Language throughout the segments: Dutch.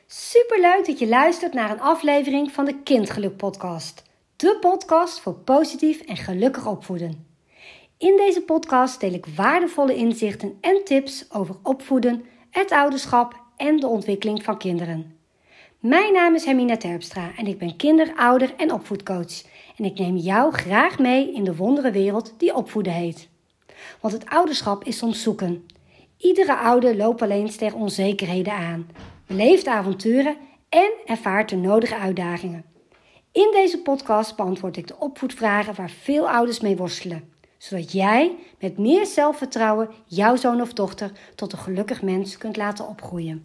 Superleuk dat je luistert naar een aflevering van de Kindgeluk podcast. De podcast voor positief en gelukkig opvoeden. In deze podcast deel ik waardevolle inzichten en tips over opvoeden, het ouderschap en de ontwikkeling van kinderen. Mijn naam is Hermine Terpstra en ik ben kinder-, ouder- en opvoedcoach. En ik neem jou graag mee in de wonderenwereld die opvoeden heet. Want het ouderschap is soms zoeken. Iedere ouder loopt wel eens tegen onzekerheden aan, beleeft avonturen en ervaart de nodige uitdagingen. In deze podcast beantwoord ik de opvoedvragen waar veel ouders mee worstelen, zodat jij met meer zelfvertrouwen jouw zoon of dochter tot een gelukkig mens kunt laten opgroeien.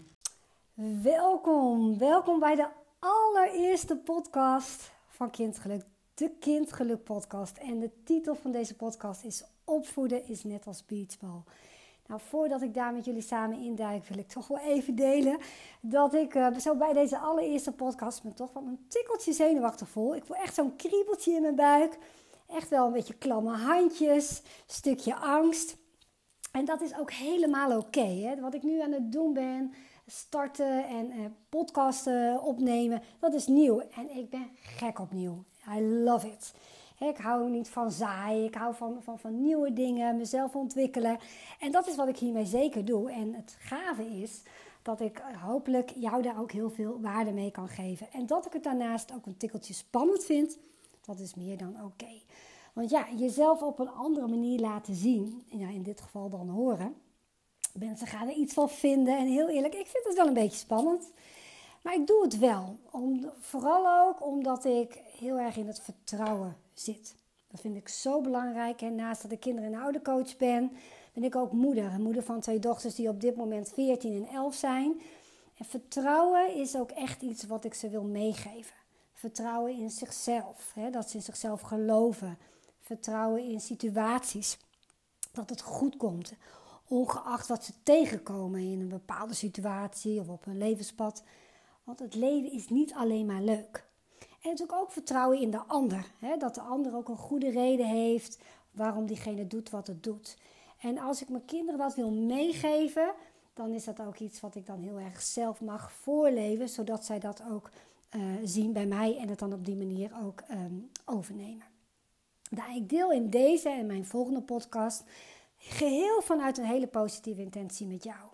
Welkom bij de allereerste podcast van Kindgeluk, de Kindgeluk podcast. En de titel van deze podcast is Opvoeden is net als beachbal. Nou, voordat ik daar met jullie samen induik, wil ik toch wel even delen dat ik zo bij deze allereerste podcast me toch wel een tikkeltje zenuwachtig voel. Ik voel echt zo'n kriebeltje in mijn buik. Echt wel een beetje klamme handjes, een stukje angst. En dat is ook helemaal oké. Wat ik nu aan het doen ben, starten en podcasten opnemen, dat is nieuw. En ik ben gek op nieuw. I love it. Ik hou niet van saai, ik hou van nieuwe dingen, mezelf ontwikkelen. En dat is wat ik hiermee zeker doe. En het gave is dat ik hopelijk jou daar ook heel veel waarde mee kan geven. En dat ik het daarnaast ook een tikkeltje spannend vind, dat is meer dan oké. Want ja, jezelf op een andere manier laten zien, in dit geval dan horen. Mensen gaan er iets van vinden en heel eerlijk, ik vind het wel een beetje spannend. Maar ik doe het wel. Vooral ook omdat ik heel erg in het vertrouwen zit. Dat vind ik zo belangrijk. En naast dat ik kinder- en oudercoach ben ik ook moeder. Een moeder van 2 dochters die op dit moment 14 en 11 zijn. En vertrouwen is ook echt iets wat ik ze wil meegeven. Vertrouwen in zichzelf. Dat ze in zichzelf geloven. Vertrouwen in situaties. Dat het goed komt. Ongeacht wat ze tegenkomen in een bepaalde situatie of op hun levenspad. Want het leven is niet alleen maar leuk. En natuurlijk ook vertrouwen in de ander. Dat de ander ook een goede reden heeft waarom diegene doet wat het doet. En als ik mijn kinderen dat wil meegeven, dan is dat ook iets wat ik dan heel erg zelf mag voorleven. Zodat zij dat ook zien bij mij en het dan op die manier ook overnemen. Nou, ik deel in deze en mijn volgende podcast geheel vanuit een hele positieve intentie met jou.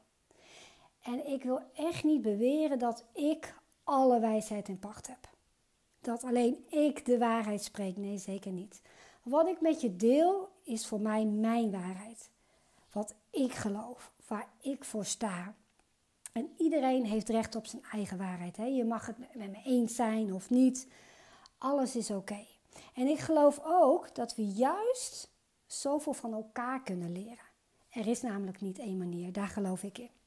En ik wil echt niet beweren dat ik alle wijsheid in pacht heb. Dat alleen ik de waarheid spreek. Nee, zeker niet. Wat ik met je deel is voor mij mijn waarheid. Wat ik geloof. Waar ik voor sta. En iedereen heeft recht op zijn eigen waarheid. Je mag het met me eens zijn of niet. Alles is oké. En ik geloof ook dat we juist zoveel van elkaar kunnen leren. Er is namelijk niet één manier. Daar geloof ik in.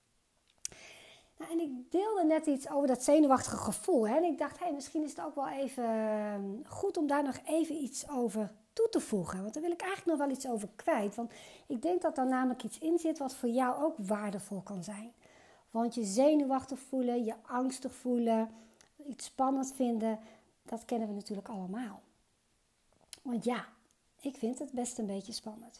Nou, en ik deelde net iets over dat zenuwachtige gevoel. En ik dacht, misschien is het ook wel even goed om daar nog even iets over toe te voegen. Want daar wil ik eigenlijk nog wel iets over kwijt. Want ik denk dat daar namelijk iets in zit wat voor jou ook waardevol kan zijn. Want je zenuwachtig voelen, je angstig voelen, iets spannend vinden, dat kennen we natuurlijk allemaal. Want ja, ik vind het best een beetje spannend.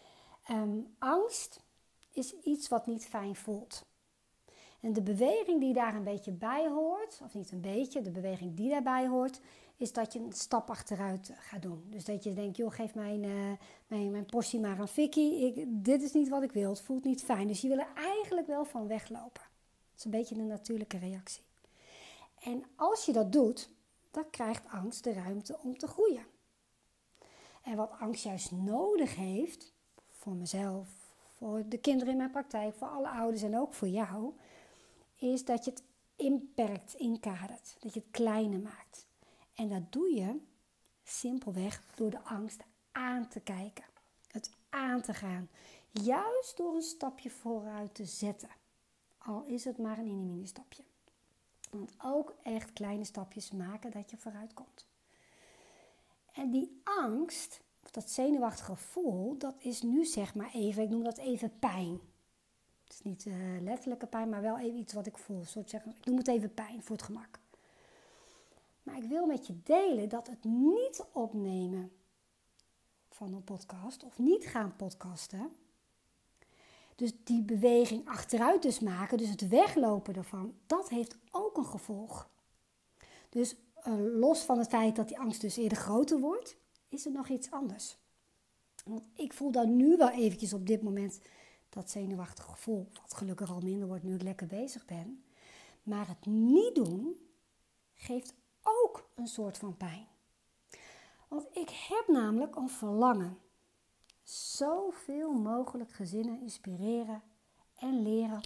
Angst is iets wat niet fijn voelt. En de beweging die daar een beetje bij hoort, of niet een beetje, de beweging die daarbij hoort, is dat je een stap achteruit gaat doen. Dus dat je denkt, joh, geef mijn portie maar aan Vicky. Dit is niet wat ik wil, het voelt niet fijn. Dus je wil er eigenlijk wel van weglopen. Dat is een beetje een natuurlijke reactie. En als je dat doet, dan krijgt angst de ruimte om te groeien. En wat angst juist nodig heeft, voor mezelf, voor de kinderen in mijn praktijk, voor alle ouders en ook voor jou, is dat je het inperkt, inkadert. Dat je het kleiner maakt. En dat doe je simpelweg door de angst aan te kijken. Het aan te gaan. Juist door een stapje vooruit te zetten. Al is het maar een mini stapje. Want ook echt kleine stapjes maken dat je vooruit komt. En die angst, of dat zenuwachtige gevoel, dat is nu zeg maar even, ik noem dat even pijn. Het is niet letterlijke pijn, maar wel even iets wat ik voel. Ik noem het even pijn voor het gemak. Maar ik wil met je delen dat het niet opnemen van een podcast of niet gaan podcasten, Dus die beweging achteruit dus maken, dus het weglopen ervan, dat heeft ook een gevolg. Dus los van het feit dat die angst dus eerder groter wordt, is er nog iets anders. Want ik voel dan nu wel eventjes op dit moment dat zenuwachtige gevoel, wat gelukkig al minder wordt nu ik lekker bezig ben. Maar het niet doen geeft ook een soort van pijn. Want ik heb namelijk een verlangen. Zoveel mogelijk gezinnen inspireren en leren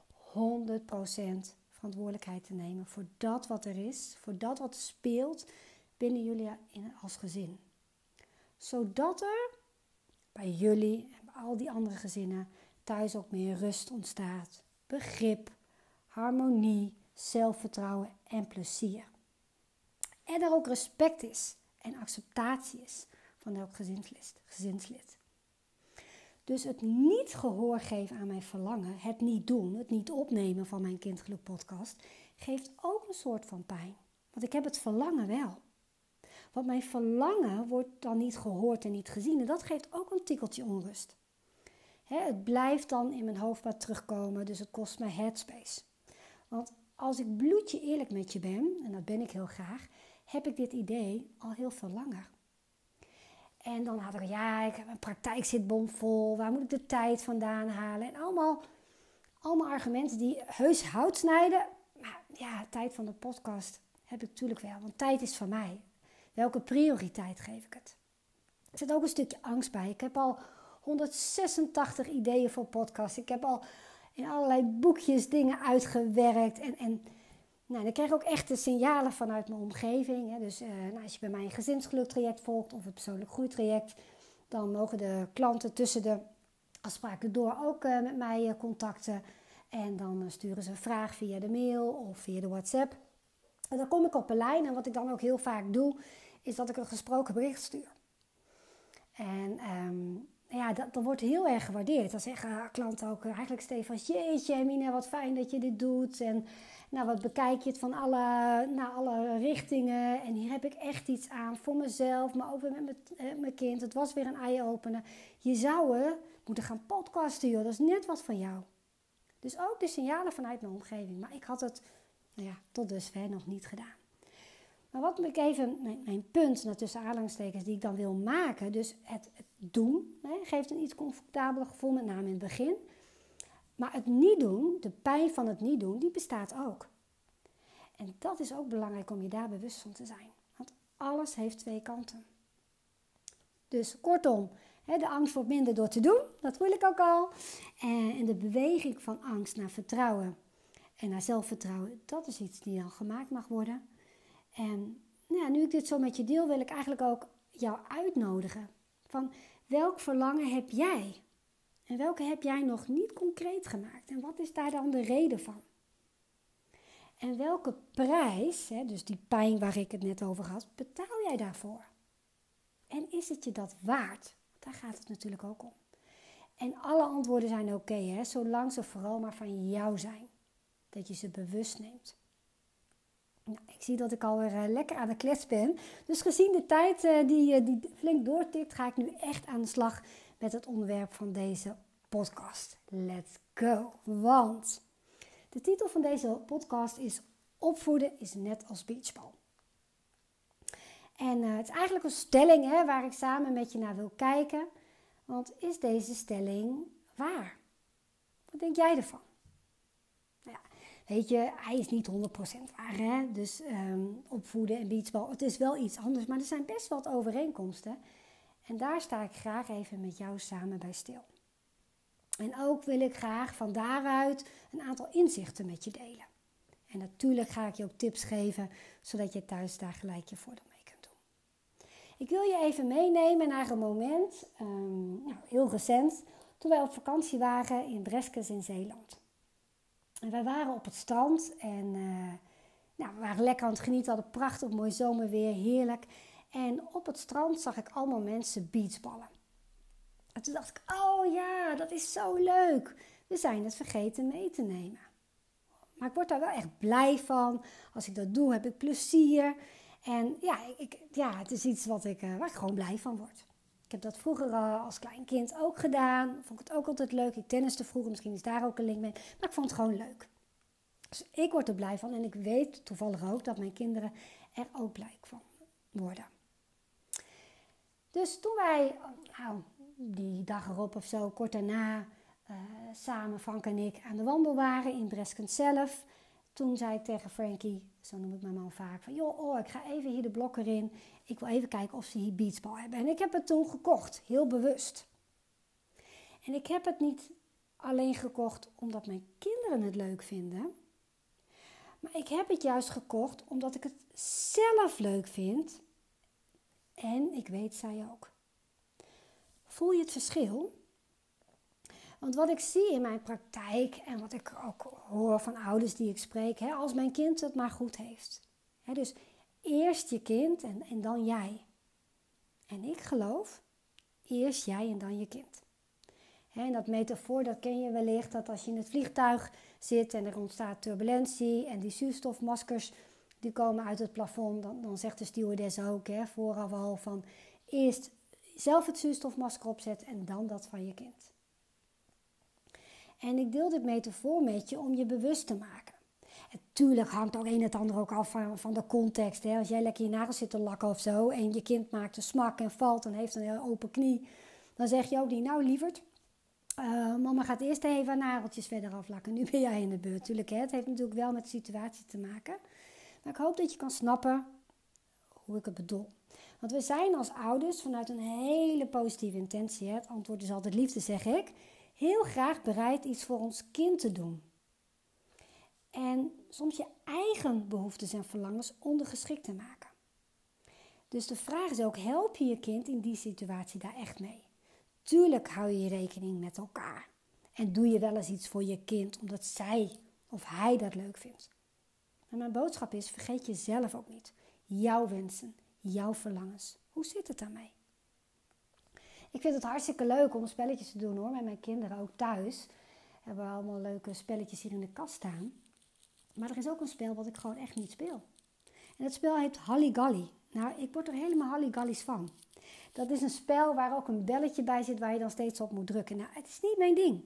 100% verantwoordelijkheid te nemen voor dat wat er is, voor dat wat speelt binnen jullie als gezin. Zodat er bij jullie en bij al die andere gezinnen thuis ook meer rust ontstaat, begrip, harmonie, zelfvertrouwen en plezier. En er ook respect is en acceptatie is van elk gezinslid. Dus het niet gehoor geven aan mijn verlangen, het niet doen, het niet opnemen van mijn Kindgeluk podcast, geeft ook een soort van pijn. Want ik heb het verlangen wel. Want mijn verlangen wordt dan niet gehoord en niet gezien. En dat geeft ook een tikkeltje onrust. Het blijft dan in mijn hoofd maar terugkomen, dus het kost mij headspace. Want als ik bloedje eerlijk met je ben, en dat ben ik heel graag, heb ik dit idee al heel veel langer. En dan had ik, ik heb een praktijk zit bomvol, waar moet ik de tijd vandaan halen? En allemaal argumenten die heus hout snijden. Maar ja, tijd van de podcast heb ik natuurlijk wel, want tijd is van mij. Welke prioriteit geef ik het? Er zit ook een stukje angst bij. Ik heb al 186 ideeën voor podcasts. Ik heb al in allerlei boekjes dingen uitgewerkt. En dan krijg ik ook echte signalen vanuit mijn omgeving. Hè. Dus als je bij mij een gezinsgeluktraject volgt of het persoonlijk groeitraject, dan mogen de klanten tussen de afspraken door ook met mij contacten. En dan sturen ze een vraag via de mail of via de WhatsApp. En dan kom ik op een lijn. En wat ik dan ook heel vaak doe, is dat ik een gesproken bericht stuur. En dat wordt heel erg gewaardeerd. Dan zeggen klanten ook eigenlijk Stefan, jeetje Hermine, wat fijn dat je dit doet. En wat bekijk je het van alle richtingen. En hier heb ik echt iets aan voor mezelf, maar ook weer met mijn kind. Het was weer een eye-opener. Je zou moeten gaan podcasten, joh. Dat is net wat van jou. Dus ook de signalen vanuit mijn omgeving. Maar ik had het tot dusver nog niet gedaan. Maar wat ik even, mijn punt, tussen aanhalingstekens, die ik dan wil maken. Dus het doen, geeft een iets comfortabeler gevoel, met name in het begin. Maar het niet doen, de pijn van het niet doen, die bestaat ook. En dat is ook belangrijk om je daar bewust van te zijn. Want alles heeft twee kanten. Dus kortom, de angst wordt minder door te doen. Dat voel ik ook al. En de beweging van angst naar vertrouwen en naar zelfvertrouwen, dat is iets die dan gemaakt mag worden. En nu ik dit zo met je deel, wil ik eigenlijk ook jou uitnodigen. Van welk verlangen heb jij? En welke heb jij nog niet concreet gemaakt? En wat is daar dan de reden van? En welke prijs, dus die pijn waar ik het net over had, betaal jij daarvoor? En is het je dat waard? Daar gaat het natuurlijk ook om. En alle antwoorden zijn oké, zolang ze vooral maar van jou zijn. Dat je ze bewust neemt. Ik zie dat ik alweer lekker aan de klets ben. Dus gezien de tijd die flink doortikt, ga ik nu echt aan de slag met het onderwerp van deze podcast. Let's go! Want de titel van deze podcast is Opvoeden is net als beachbal. En het is eigenlijk een stelling waar ik samen met je naar wil kijken. Want is deze stelling waar? Wat denk jij ervan? Weet je, hij is niet 100% waar, hè? Dus opvoeden en beachbal, het is wel iets anders. Maar er zijn best wat overeenkomsten. En daar sta ik graag even met jou samen bij stil. En ook wil ik graag van daaruit een aantal inzichten met je delen. En natuurlijk ga ik je ook tips geven, zodat je thuis daar gelijk je voordeel mee kunt doen. Ik wil je even meenemen naar een moment, heel recent, toen wij op vakantie waren in Breskes in Zeeland. En wij waren op het strand en we waren lekker aan het genieten, hadden prachtig mooi zomerweer, heerlijk. En op het strand zag ik allemaal mensen beachballen. En toen dacht ik, oh ja, dat is zo leuk. We zijn het vergeten mee te nemen. Maar ik word daar wel echt blij van. Als ik dat doe, heb ik plezier. En het is iets waar ik gewoon blij van word. Ik heb dat vroeger als klein kind ook gedaan. Vond ik het ook altijd leuk. Ik tenniste vroeger, misschien is daar ook een link mee. Maar ik vond het gewoon leuk. Dus ik word er blij van. En ik weet toevallig ook dat mijn kinderen er ook blij van worden. Dus toen wij, die dag erop of zo, kort daarna, samen Frank en ik aan de wandel waren in Breskens zelf. Toen zei ik tegen Frankie, zo noem ik mijn man vaak, van joh, ik ga even hier de blokker in. Ik wil even kijken of ze hier beachbal hebben. En ik heb het toen gekocht, heel bewust. En ik heb het niet alleen gekocht omdat mijn kinderen het leuk vinden. Maar ik heb het juist gekocht omdat ik het zelf leuk vind. En ik weet zij ook. Voel je het verschil? Want wat ik zie in mijn praktijk en wat ik ook hoor van ouders die ik spreek, als mijn kind het maar goed heeft. Dus eerst je kind en dan jij. En ik geloof, eerst jij en dan je kind. En dat metafoor, dat ken je wellicht, dat als je in het vliegtuig zit en er ontstaat turbulentie en die zuurstofmaskers die komen uit het plafond, dan zegt de stewardess ook vooraf al van eerst zelf het zuurstofmasker opzetten en dan dat van je kind. En ik deel dit metafoor met je om je bewust te maken. En tuurlijk hangt ook een en het ander ook af van de context. Als jij lekker je nagels zit te lakken of zo en je kind maakt een smak en valt en heeft een heel open knie, dan zeg je ook niet, nou lieverd, mama gaat eerst even haar nageltjes verder aflakken. Nu ben jij in de beurt. Tuurlijk, het heeft natuurlijk wel met de situatie te maken. Maar ik hoop dat je kan snappen hoe ik het bedoel. Want we zijn als ouders vanuit een hele positieve intentie, het antwoord is altijd liefde, zeg ik, heel graag bereid iets voor ons kind te doen. En soms je eigen behoeftes en verlangens ondergeschikt te maken. Dus de vraag is ook, help je je kind in die situatie daar echt mee? Tuurlijk hou je rekening met elkaar. En doe je wel eens iets voor je kind, omdat zij of hij dat leuk vindt. Maar mijn boodschap is, vergeet jezelf ook niet. Jouw wensen, jouw verlangens. Hoe zit het daarmee? Ik vind het hartstikke leuk om spelletjes te doen hoor, met mijn kinderen ook thuis. We hebben allemaal leuke spelletjes hier in de kast staan. Maar er is ook een spel wat ik gewoon echt niet speel. En het spel heet Halligalli. Nou, ik word er helemaal halligalli's van. Dat is een spel waar ook een belletje bij zit waar je dan steeds op moet drukken. Nou, het is niet mijn ding.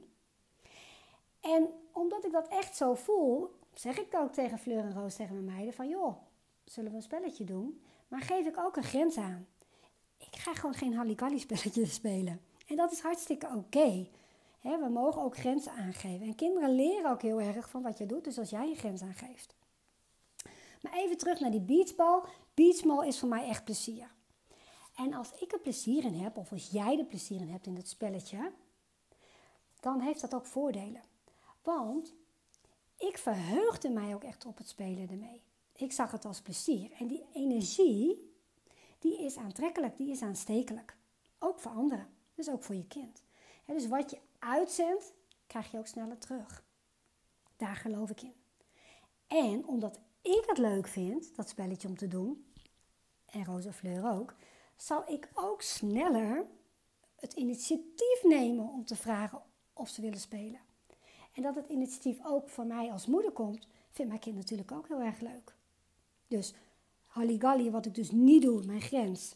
En omdat ik dat echt zo voel, zeg ik ook tegen Fleur en Roos, tegen mijn meiden, van joh, zullen we een spelletje doen? Maar geef ik ook een grens aan. Ik ga gewoon geen halligalli spelletje spelen. En dat is hartstikke oké. We mogen ook grenzen aangeven. En kinderen leren ook heel erg van wat je doet, dus als jij je grens aangeeft. Maar even terug naar die beachbal. Beachbal is voor mij echt plezier. En als ik er plezier in heb, of als jij er plezier in hebt in het spelletje, dan heeft dat ook voordelen. Want ik verheugde mij ook echt op het spelen ermee. Ik zag het als plezier. En die energie, die is aantrekkelijk, die is aanstekelijk. Ook voor anderen, dus ook voor je kind. Dus wat je uitzendt, krijg je ook sneller terug. Daar geloof ik in. En omdat ik het leuk vind, dat spelletje om te doen, en Roos en Fleur ook, zal ik ook sneller het initiatief nemen om te vragen of ze willen spelen. En dat het initiatief ook van mij als moeder komt, vindt mijn kind natuurlijk ook heel erg leuk. Dus halligalli, wat ik dus niet doe, mijn grens.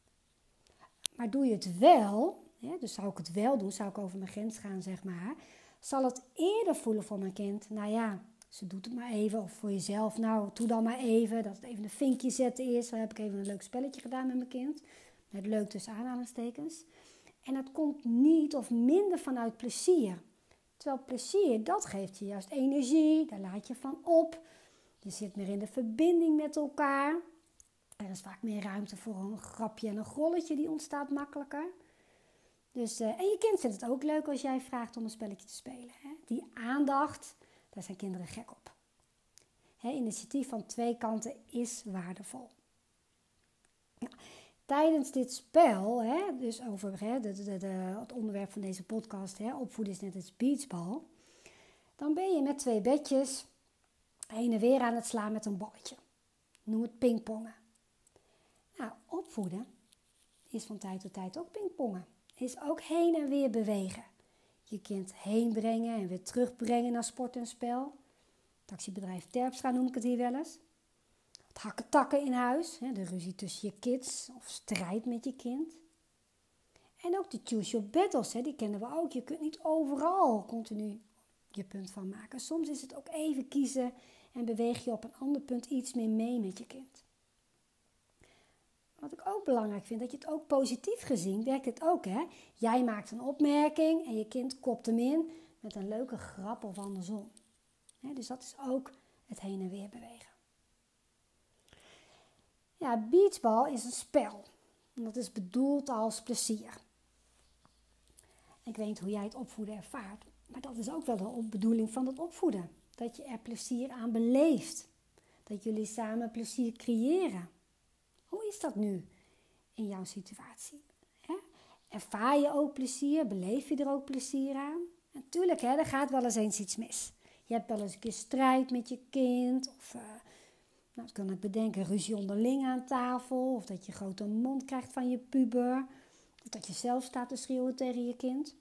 Maar doe je het wel, dus zou ik het wel doen, zou ik over mijn grens gaan, zeg maar, zal het eerder voelen voor mijn kind, nou ja, ze doet het maar even, of voor jezelf, nou, doe dan maar even, dat het even een vinkje zetten is. Dan heb ik even een leuk spelletje gedaan met mijn kind. Met leuk tussen aanhalingstekens. En het komt niet of minder vanuit plezier. Terwijl plezier, dat geeft je juist energie, daar laat je van op. Je zit meer in de verbinding met elkaar. Er is vaak meer ruimte voor een grapje en een grolletje, die ontstaat makkelijker. Dus, en je kind vindt het ook leuk als jij vraagt om een spelletje te spelen. Die aandacht, daar zijn kinderen gek op. Initiatief van twee kanten is waardevol. Ja, tijdens dit spel, dus over het onderwerp van deze podcast, opvoeden is net als beachbal, dan ben je met twee bedjes heen en weer aan het slaan met een balletje. Noem het pingpongen. Nou, opvoeden is van tijd tot tijd ook pingpongen. Is ook heen en weer bewegen. Je kind heen brengen en weer terugbrengen naar sport en spel. Taxibedrijf Terpstra noem ik het hier wel eens. Het hakken takken in huis, de ruzie tussen je kids of strijd met je kind. En ook de choose your battles, die kennen we ook. Je kunt niet overal continu je punt van maken. Soms is het ook even kiezen en beweeg je op een ander punt iets meer mee met je kind. Wat ik ook belangrijk vind, dat je het ook positief gezien, werkt het ook. Jij maakt een opmerking en je kind kopt hem in met een leuke grap of andersom. Dus dat is ook het heen en weer bewegen. Ja, beachball is een spel. En dat is bedoeld als plezier. Ik weet niet hoe jij het opvoeden ervaart. Maar dat is ook wel de bedoeling van het opvoeden. Dat je er plezier aan beleeft. Dat jullie samen plezier creëren. Hoe is dat nu in jouw situatie? Ervaar je ook plezier? Beleef je er ook plezier aan? Natuurlijk, er gaat wel eens iets mis. Je hebt wel eens een keer strijd met je kind. Of, dat kan ik bedenken, ruzie onderling aan tafel. Of dat je grote mond krijgt van je puber. Of dat je zelf staat te schreeuwen tegen je kind.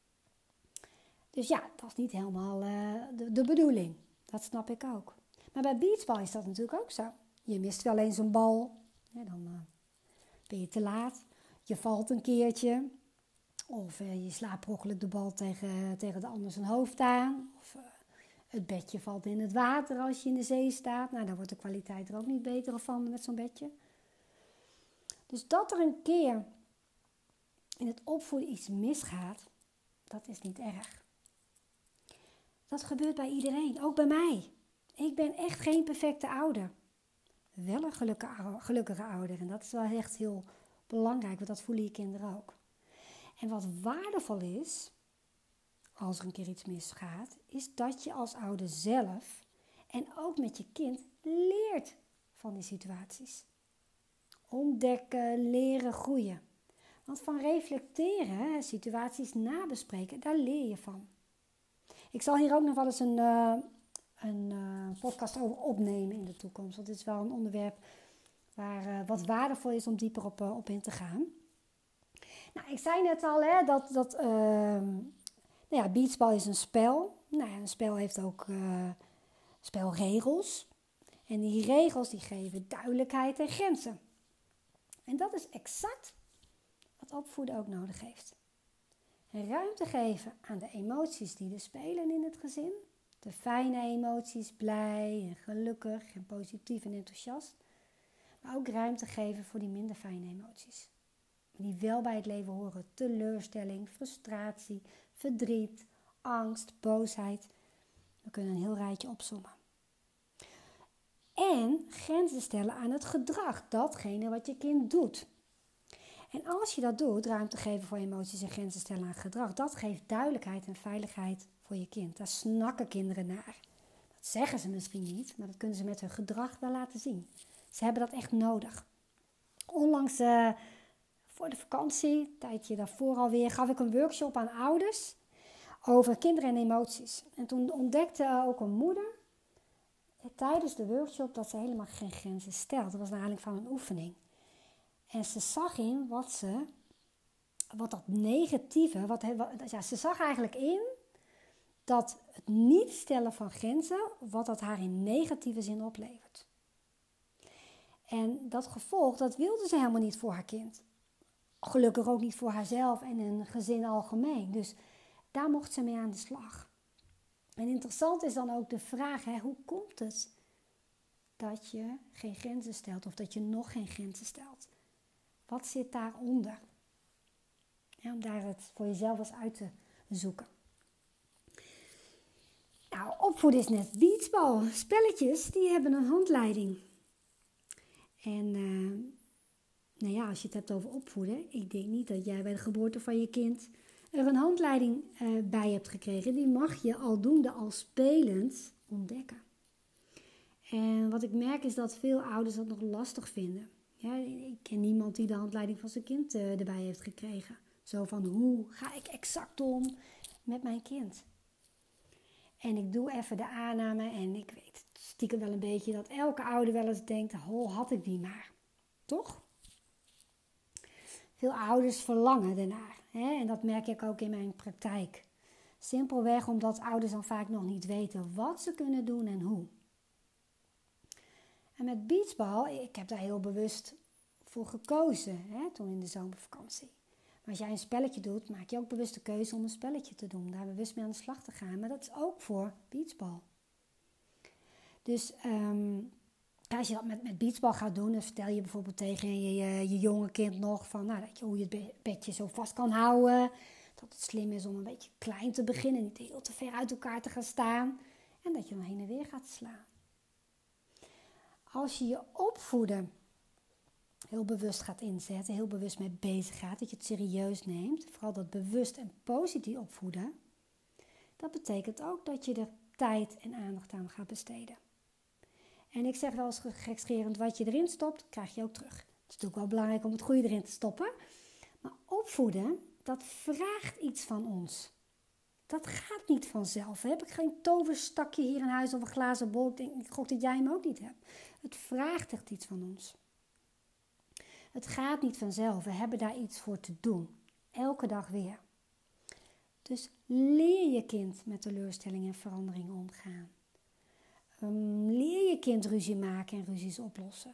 Dus ja, dat is niet helemaal de bedoeling. Dat snap ik ook. Maar bij beachball is dat natuurlijk ook zo. Je mist wel eens een bal. Dan ben je te laat. Je valt een keertje. Of je slaat per ongeluk de bal tegen de ander zijn hoofd aan. Of het bedje valt in het water als je in de zee staat. Nou, dan wordt de kwaliteit er ook niet beter van met zo'n bedje. Dus dat er een keer in het opvoeden iets misgaat, dat is niet erg. Dat gebeurt bij iedereen, ook bij mij. Ik ben echt geen perfecte ouder. Wel een gelukkige ouder. En dat is wel echt heel belangrijk, want dat voelen je kinderen ook. En wat waardevol is, als er een keer iets misgaat, is dat je als ouder zelf en ook met je kind leert van die situaties. Ontdekken, leren, groeien. Want van reflecteren, situaties nabespreken, daar leer je van. Ik zal hier ook nog wel eens een podcast over opnemen in de toekomst. Want het is wel een onderwerp waar wat waardevol is om dieper op in te gaan. Nou, ik zei net al dat beachball is een spel. Nou ja, een spel heeft ook spelregels. En die regels die geven duidelijkheid en grenzen. En dat is exact wat opvoeden ook nodig heeft. Ruimte geven aan de emoties die er spelen in het gezin. De fijne emoties, blij en gelukkig en positief en enthousiast. Maar ook ruimte geven voor die minder fijne emoties. Die wel bij het leven horen. Teleurstelling, frustratie, verdriet, angst, boosheid. We kunnen een heel rijtje opsommen. En grenzen stellen aan het gedrag. Datgene wat je kind doet. En als je dat doet, ruimte geven voor emoties en grenzen stellen aan gedrag. Dat geeft duidelijkheid en veiligheid voor je kind. Daar snakken kinderen naar. Dat zeggen ze misschien niet, maar dat kunnen ze met hun gedrag wel laten zien. Ze hebben dat echt nodig. Onlangs voor de vakantie, een tijdje daarvoor alweer, gaf ik een workshop aan ouders over kinderen en emoties. En toen ontdekte ook een moeder tijdens de workshop dat ze helemaal geen grenzen stelt. Dat was naar aanleiding van een oefening. En ze zag in wat dat negatieve, ze zag eigenlijk in dat het niet stellen van grenzen, wat dat haar in negatieve zin oplevert. En dat gevolg, dat wilde ze helemaal niet voor haar kind. Gelukkig ook niet voor haarzelf en een gezin algemeen. Dus daar mocht ze mee aan de slag. En interessant is dan ook de vraag, hoe komt het dat je geen grenzen stelt of dat je nog geen grenzen stelt? Wat zit daaronder? Om daar het voor jezelf eens uit te zoeken. Nou, opvoeden is net beachball. Spelletjes, die hebben een handleiding. En als je het hebt over opvoeden, ik denk niet dat jij bij de geboorte van je kind er een handleiding bij hebt gekregen. Die mag je aldoende al spelend ontdekken. En wat ik merk is dat veel ouders dat nog lastig vinden. Ja, ik ken niemand die de handleiding van zijn kind erbij heeft gekregen. Zo van, hoe ga ik exact om met mijn kind? En ik doe even de aanname en ik weet stiekem wel een beetje dat elke ouder wel eens denkt, had ik die maar. Toch? Veel ouders verlangen ernaar. En dat merk ik ook in mijn praktijk. Simpelweg omdat ouders dan vaak nog niet weten wat ze kunnen doen en hoe. En met beachball, ik heb daar heel bewust voor gekozen toen in de zomervakantie. Maar als jij een spelletje doet, maak je ook bewust de keuze om een spelletje te doen. Daar bewust mee aan de slag te gaan. Maar dat is ook voor beachbal. Dus als je dat met beachbal gaat doen, dan vertel je bijvoorbeeld tegen je jonge kind nog van, dat je hoe je het bedje zo vast kan houden. Dat het slim is om een beetje klein te beginnen, niet heel te ver uit elkaar te gaan staan. En dat je dan heen en weer gaat slaan. Als je je opvoeden heel bewust gaat inzetten, heel bewust mee bezig gaat, dat je het serieus neemt, vooral dat bewust en positief opvoeden, dat betekent ook dat je er tijd en aandacht aan gaat besteden. En ik zeg wel eens gekscherend, wat je erin stopt, krijg je ook terug. Het is natuurlijk wel belangrijk om het goede erin te stoppen. Maar opvoeden, dat vraagt iets van ons. Dat gaat niet vanzelf. Heb ik geen toverstakje hier in huis of een glazen bol? Ik gok dat jij hem ook niet hebt. Het vraagt echt iets van ons. Het gaat niet vanzelf. We hebben daar iets voor te doen. Elke dag weer. Dus leer je kind met teleurstellingen en veranderingen omgaan. Leer je kind ruzie maken en ruzies oplossen.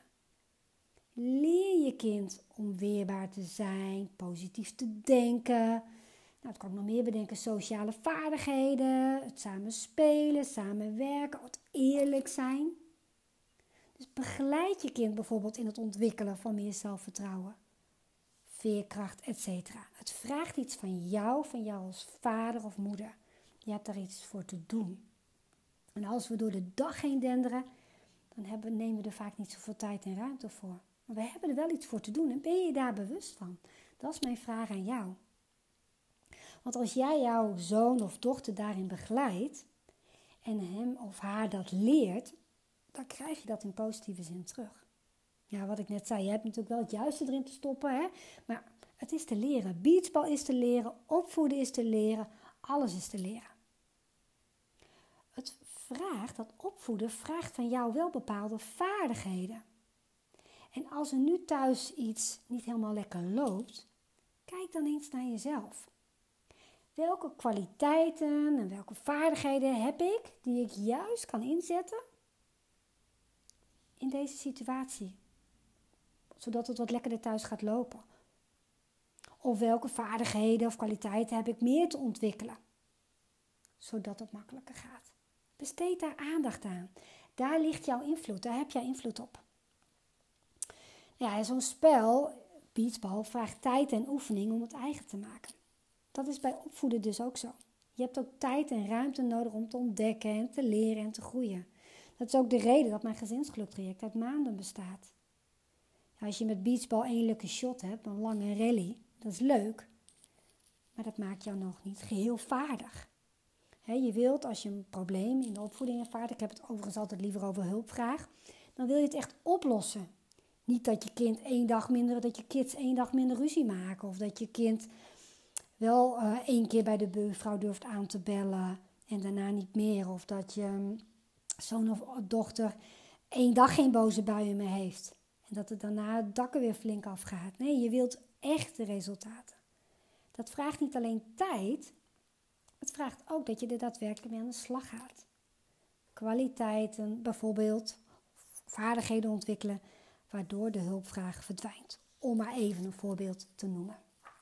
Leer je kind om weerbaar te zijn, positief te denken. Het kan ik nog meer bedenken. Sociale vaardigheden, het samen spelen, samen werken, het eerlijk zijn. Dus begeleid je kind bijvoorbeeld in het ontwikkelen van meer zelfvertrouwen, veerkracht, etc. Het vraagt iets van jou als vader of moeder. Je hebt daar iets voor te doen. En als we door de dag heen denderen, dan nemen we er vaak niet zoveel tijd en ruimte voor. Maar we hebben er wel iets voor te doen. En ben je daar bewust van? Dat is mijn vraag aan jou. Want als jij jouw zoon of dochter daarin begeleidt en hem of haar dat leert, dan krijg je dat in positieve zin terug. Ja, wat ik net zei, je hebt natuurlijk wel het juiste erin te stoppen, hè? Maar het is te leren. Beachbal is te leren, opvoeden is te leren, alles is te leren. Dat opvoeden vraagt van jou wel bepaalde vaardigheden. En als er nu thuis iets niet helemaal lekker loopt, kijk dan eens naar jezelf. Welke kwaliteiten en welke vaardigheden heb ik die ik juist kan inzetten in deze situatie? Zodat het wat lekkerder thuis gaat lopen. Of welke vaardigheden of kwaliteiten heb ik meer te ontwikkelen? Zodat het makkelijker gaat. Besteed daar aandacht aan. Daar ligt jouw invloed, daar heb jij invloed op. Ja, zo'n spel, beachbal, vraagt tijd en oefening om het eigen te maken. Dat is bij opvoeden dus ook zo. Je hebt ook tijd en ruimte nodig om te ontdekken en te leren en te groeien. Dat is ook de reden dat mijn gezinsgeluktraject uit maanden bestaat. Ja, als je met beachbal 1 lucky shot hebt, een lange rally, dat is leuk. Maar dat maakt jou nog niet geheel vaardig. Je wilt, als je een probleem in de opvoeding ervaart, ik heb het overigens altijd liever over hulpvraag, dan wil je het echt oplossen. Niet dat je kids 1 dag minder ruzie maken. Of dat je kind wel 1 keer bij de buurvrouw durft aan te bellen en daarna niet meer. Of dat je zoon of dochter 1 dag geen boze buien meer heeft. En dat het daarna het dak er weer flink afgaat. Nee, je wilt echte resultaten. Dat vraagt niet alleen tijd. Het vraagt ook dat je er daadwerkelijk mee aan de slag gaat. Kwaliteiten, bijvoorbeeld vaardigheden ontwikkelen, waardoor de hulpvraag verdwijnt. Om maar even een voorbeeld te noemen.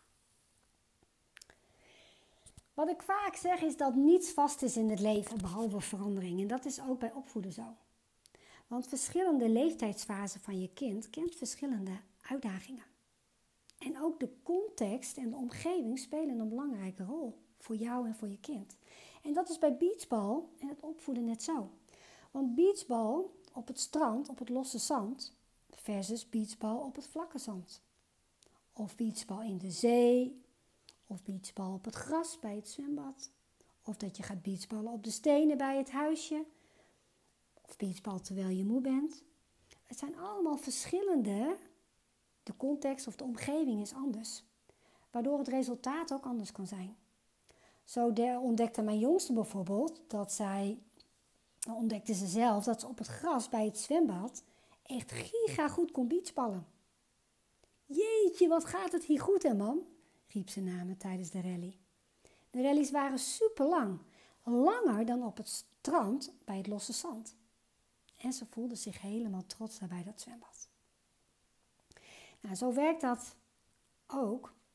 Wat ik vaak zeg is dat niets vast is in het leven behalve verandering. En dat is ook bij opvoeden zo. Want verschillende leeftijdsfasen van je kind kent verschillende uitdagingen. En ook de context en de omgeving spelen een belangrijke rol voor jou en voor je kind. En dat is bij beachbal en het opvoeden net zo. Want beachbal op het strand, op het losse zand, versus beachbal op het vlakke zand. Of beachbal in de zee, of beachbal op het gras bij het zwembad. Of dat je gaat beachballen op de stenen bij het huisje. Of beachbal terwijl je moe bent. Het zijn allemaal verschillende. De context of de omgeving is anders. Waardoor het resultaat ook anders kan zijn. Zo ontdekte mijn jongste bijvoorbeeld, ontdekte ze zelf dat ze op het gras bij het zwembad echt giga goed kon beachballen. Jeetje, wat gaat het hier goed hè man, riep ze na me tijdens de rally. De rallies waren super lang, langer dan op het strand bij het losse zand. En ze voelde zich helemaal trots bij dat zwembad. Nou, zo werkt dat ook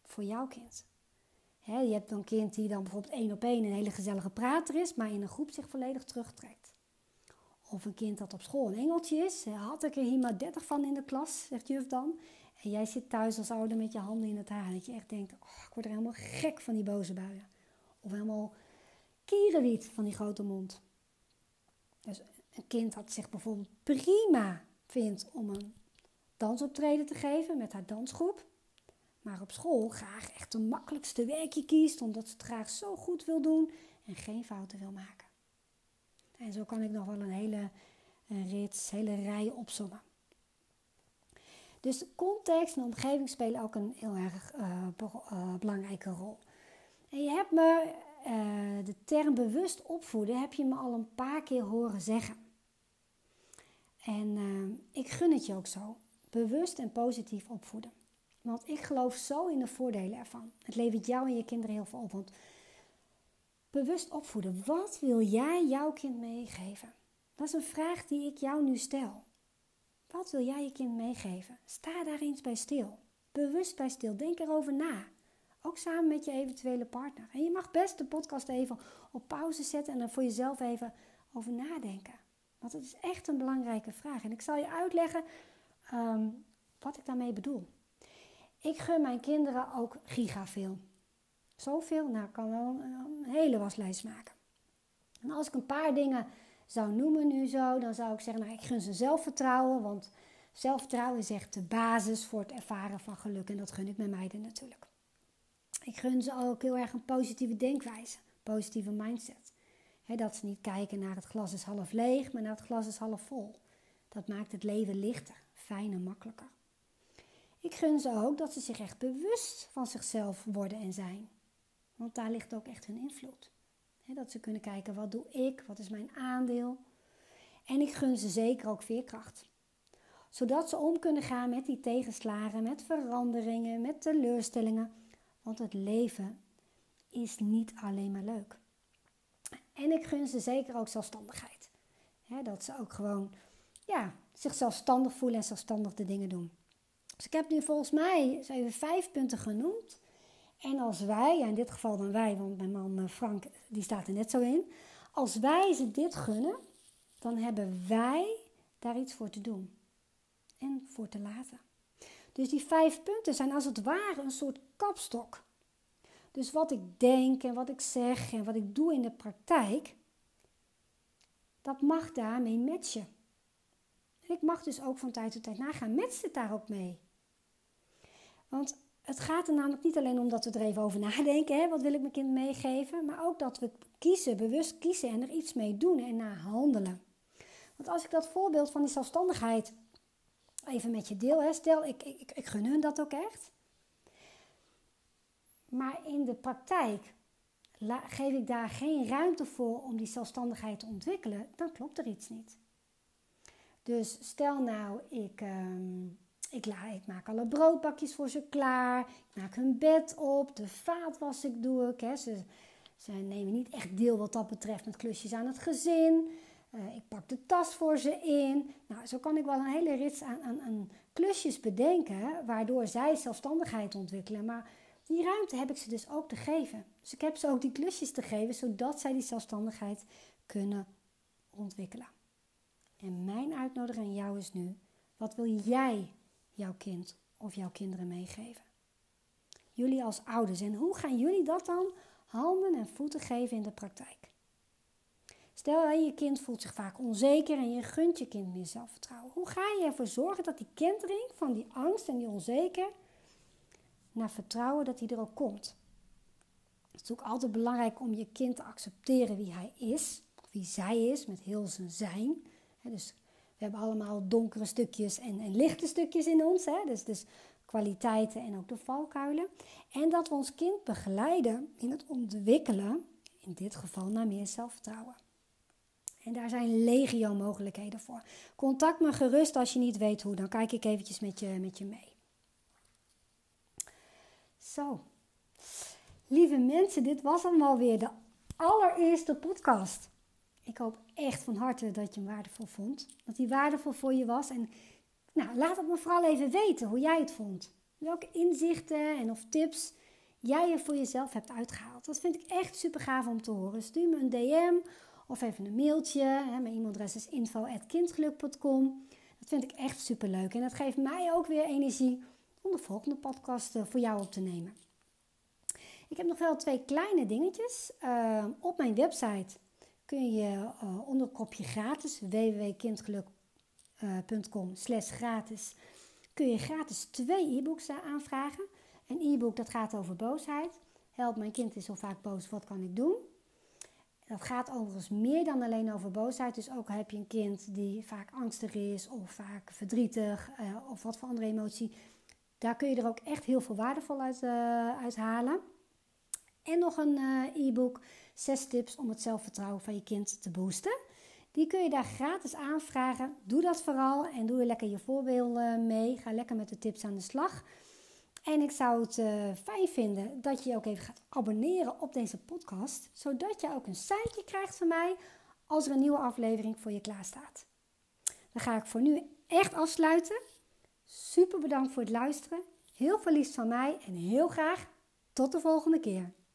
voor jouw kind. Je hebt een kind die dan bijvoorbeeld 1 op 1 een hele gezellige prater is, maar in een groep zich volledig terugtrekt. Of een kind dat op school een engeltje is. Had ik er hier maar 30 van in de klas, zegt juf dan. En jij zit thuis als ouder met je handen in het haar. Dat je echt denkt, ik word er helemaal gek van die boze buien. Of helemaal kierenwiet van die grote mond. Dus een kind dat zich bijvoorbeeld prima vindt om een dansoptreden te geven met haar dansgroep. Maar op school graag echt de makkelijkste werkje kiest. Omdat ze het graag zo goed wil doen en geen fouten wil maken. En zo kan ik nog wel een hele rij opzommen. Dus de context en de omgeving spelen ook een heel erg belangrijke rol. En je hebt me de term bewust opvoeden, heb je me al een paar keer horen zeggen. En ik gun het je ook zo. Bewust en positief opvoeden. Want ik geloof zo in de voordelen ervan. Het levert jou en je kinderen heel veel op. Want bewust opvoeden, wat wil jij jouw kind meegeven? Dat is een vraag die ik jou nu stel. Wat wil jij je kind meegeven? Sta daar eens bij stil. Bewust bij stil. Denk erover na. Ook samen met je eventuele partner. En je mag best de podcast even op pauze zetten en er voor jezelf even over nadenken. Want het is echt een belangrijke vraag. En ik zal je uitleggen wat ik daarmee bedoel. Ik gun mijn kinderen ook gigaveel. Zoveel, nou, ik kan wel een hele waslijst maken. En als ik een paar dingen zou noemen nu zo, dan zou ik zeggen, nou, ik gun ze zelfvertrouwen. Want zelfvertrouwen is echt de basis voor het ervaren van geluk. En dat gun ik mijn meiden natuurlijk. Ik gun ze ook heel erg een positieve denkwijze, positieve mindset. Dat ze niet kijken naar het glas is half leeg, maar naar het glas is half vol. Dat maakt het leven lichter, fijn en makkelijker. Ik gun ze ook dat ze zich echt bewust van zichzelf worden en zijn. Want daar ligt ook echt hun invloed. Dat ze kunnen kijken, wat doe ik, wat is mijn aandeel. En ik gun ze zeker ook veerkracht. Zodat ze om kunnen gaan met die tegenslagen, met veranderingen, met teleurstellingen. Want het leven is niet alleen maar leuk. En ik gun ze zeker ook zelfstandigheid. Dat ze ook gewoon zich zelfstandig voelen en zelfstandig de dingen doen. Dus ik heb nu volgens mij zo even 5 punten genoemd. En als wij, in dit geval dan wij, want mijn man Frank die staat er net zo in. Als wij ze dit gunnen, dan hebben wij daar iets voor te doen. En voor te laten. Dus die 5 punten zijn als het ware een soort kapstok. Dus wat ik denk en wat ik zeg en wat ik doe in de praktijk, dat mag daarmee matchen. En ik mag dus ook van tijd tot tijd nagaan, matcht het daar ook mee? Want het gaat er namelijk niet alleen om dat we er even over nadenken, wat wil ik mijn kind meegeven, maar ook dat we bewust kiezen en er iets mee doen en naar handelen. Want als ik dat voorbeeld van die zelfstandigheid even met je deel, stel ik gun hun dat ook echt. Maar in de praktijk geef ik daar geen ruimte voor om die zelfstandigheid te ontwikkelen, dan klopt er iets niet. Dus stel nou, ik maak alle broodbakjes voor ze klaar, ik maak hun bed op, de vaatwasser doe ik. Ze nemen niet echt deel wat dat betreft met klusjes aan het gezin. Ik pak de tas voor ze in. Nou, zo kan ik wel een hele rits aan klusjes bedenken, waardoor zij zelfstandigheid ontwikkelen. Maar die ruimte heb ik ze dus ook te geven. Dus ik heb ze ook die klusjes te geven, zodat zij die zelfstandigheid kunnen ontwikkelen. En mijn uitnodiging aan jou is nu, wat wil jij jouw kind of jouw kinderen meegeven? Jullie als ouders. En hoe gaan jullie dat dan handen en voeten geven in de praktijk? Stel, je kind voelt zich vaak onzeker en je gunt je kind meer zelfvertrouwen. Hoe ga je ervoor zorgen dat die kentering van die angst en die onzeker naar vertrouwen, dat die er ook komt? Het is ook altijd belangrijk om je kind te accepteren wie hij is, of wie zij is, met heel zijn zijn. Dus we hebben allemaal donkere stukjes en lichte stukjes in ons. Dus kwaliteiten en ook de valkuilen. En dat we ons kind begeleiden in het ontwikkelen, in dit geval naar meer zelfvertrouwen. En daar zijn legio mogelijkheden voor. Contact me gerust als je niet weet hoe. Dan kijk ik eventjes met je mee. Zo. Lieve mensen, dit was allemaal weer de allereerste podcast. Ik hoop echt van harte dat je hem waardevol vond. Dat die waardevol voor je was. En laat het me vooral even weten hoe jij het vond. welke inzichten en of tips jij er voor jezelf hebt uitgehaald. Dat vind ik echt super gaaf om te horen. Stuur me een DM of even een mailtje. Mijn e-mailadres is info@kindgeluk.com. Dat vind ik echt super leuk. En dat geeft mij ook weer energie om de volgende podcast voor jou op te nemen. Ik heb nog wel 2 kleine dingetjes. Op mijn website kun je onder het kopje gratis, www.kindgeluk.com/gratis, kun je gratis 2 e-books aanvragen. Een e-book dat gaat over boosheid. Help, mijn kind is zo vaak boos, wat kan ik doen? Dat gaat overigens meer dan alleen over boosheid. Dus ook heb je een kind die vaak angstig is of vaak verdrietig of wat voor andere emotie. Daar kun je er ook echt heel veel waardevol uit halen. En nog een e-book, 6 tips om het zelfvertrouwen van je kind te boosten. Die kun je daar gratis aanvragen. Doe dat vooral en doe er lekker je voorbeelden mee. Ga lekker met de tips aan de slag. En ik zou het fijn vinden dat je je ook even gaat abonneren op deze podcast. Zodat je ook een seintje krijgt van mij als er een nieuwe aflevering voor je klaar staat. Dan ga ik voor nu echt afsluiten. Super bedankt voor het luisteren. Heel veel liefst van mij en heel graag tot de volgende keer.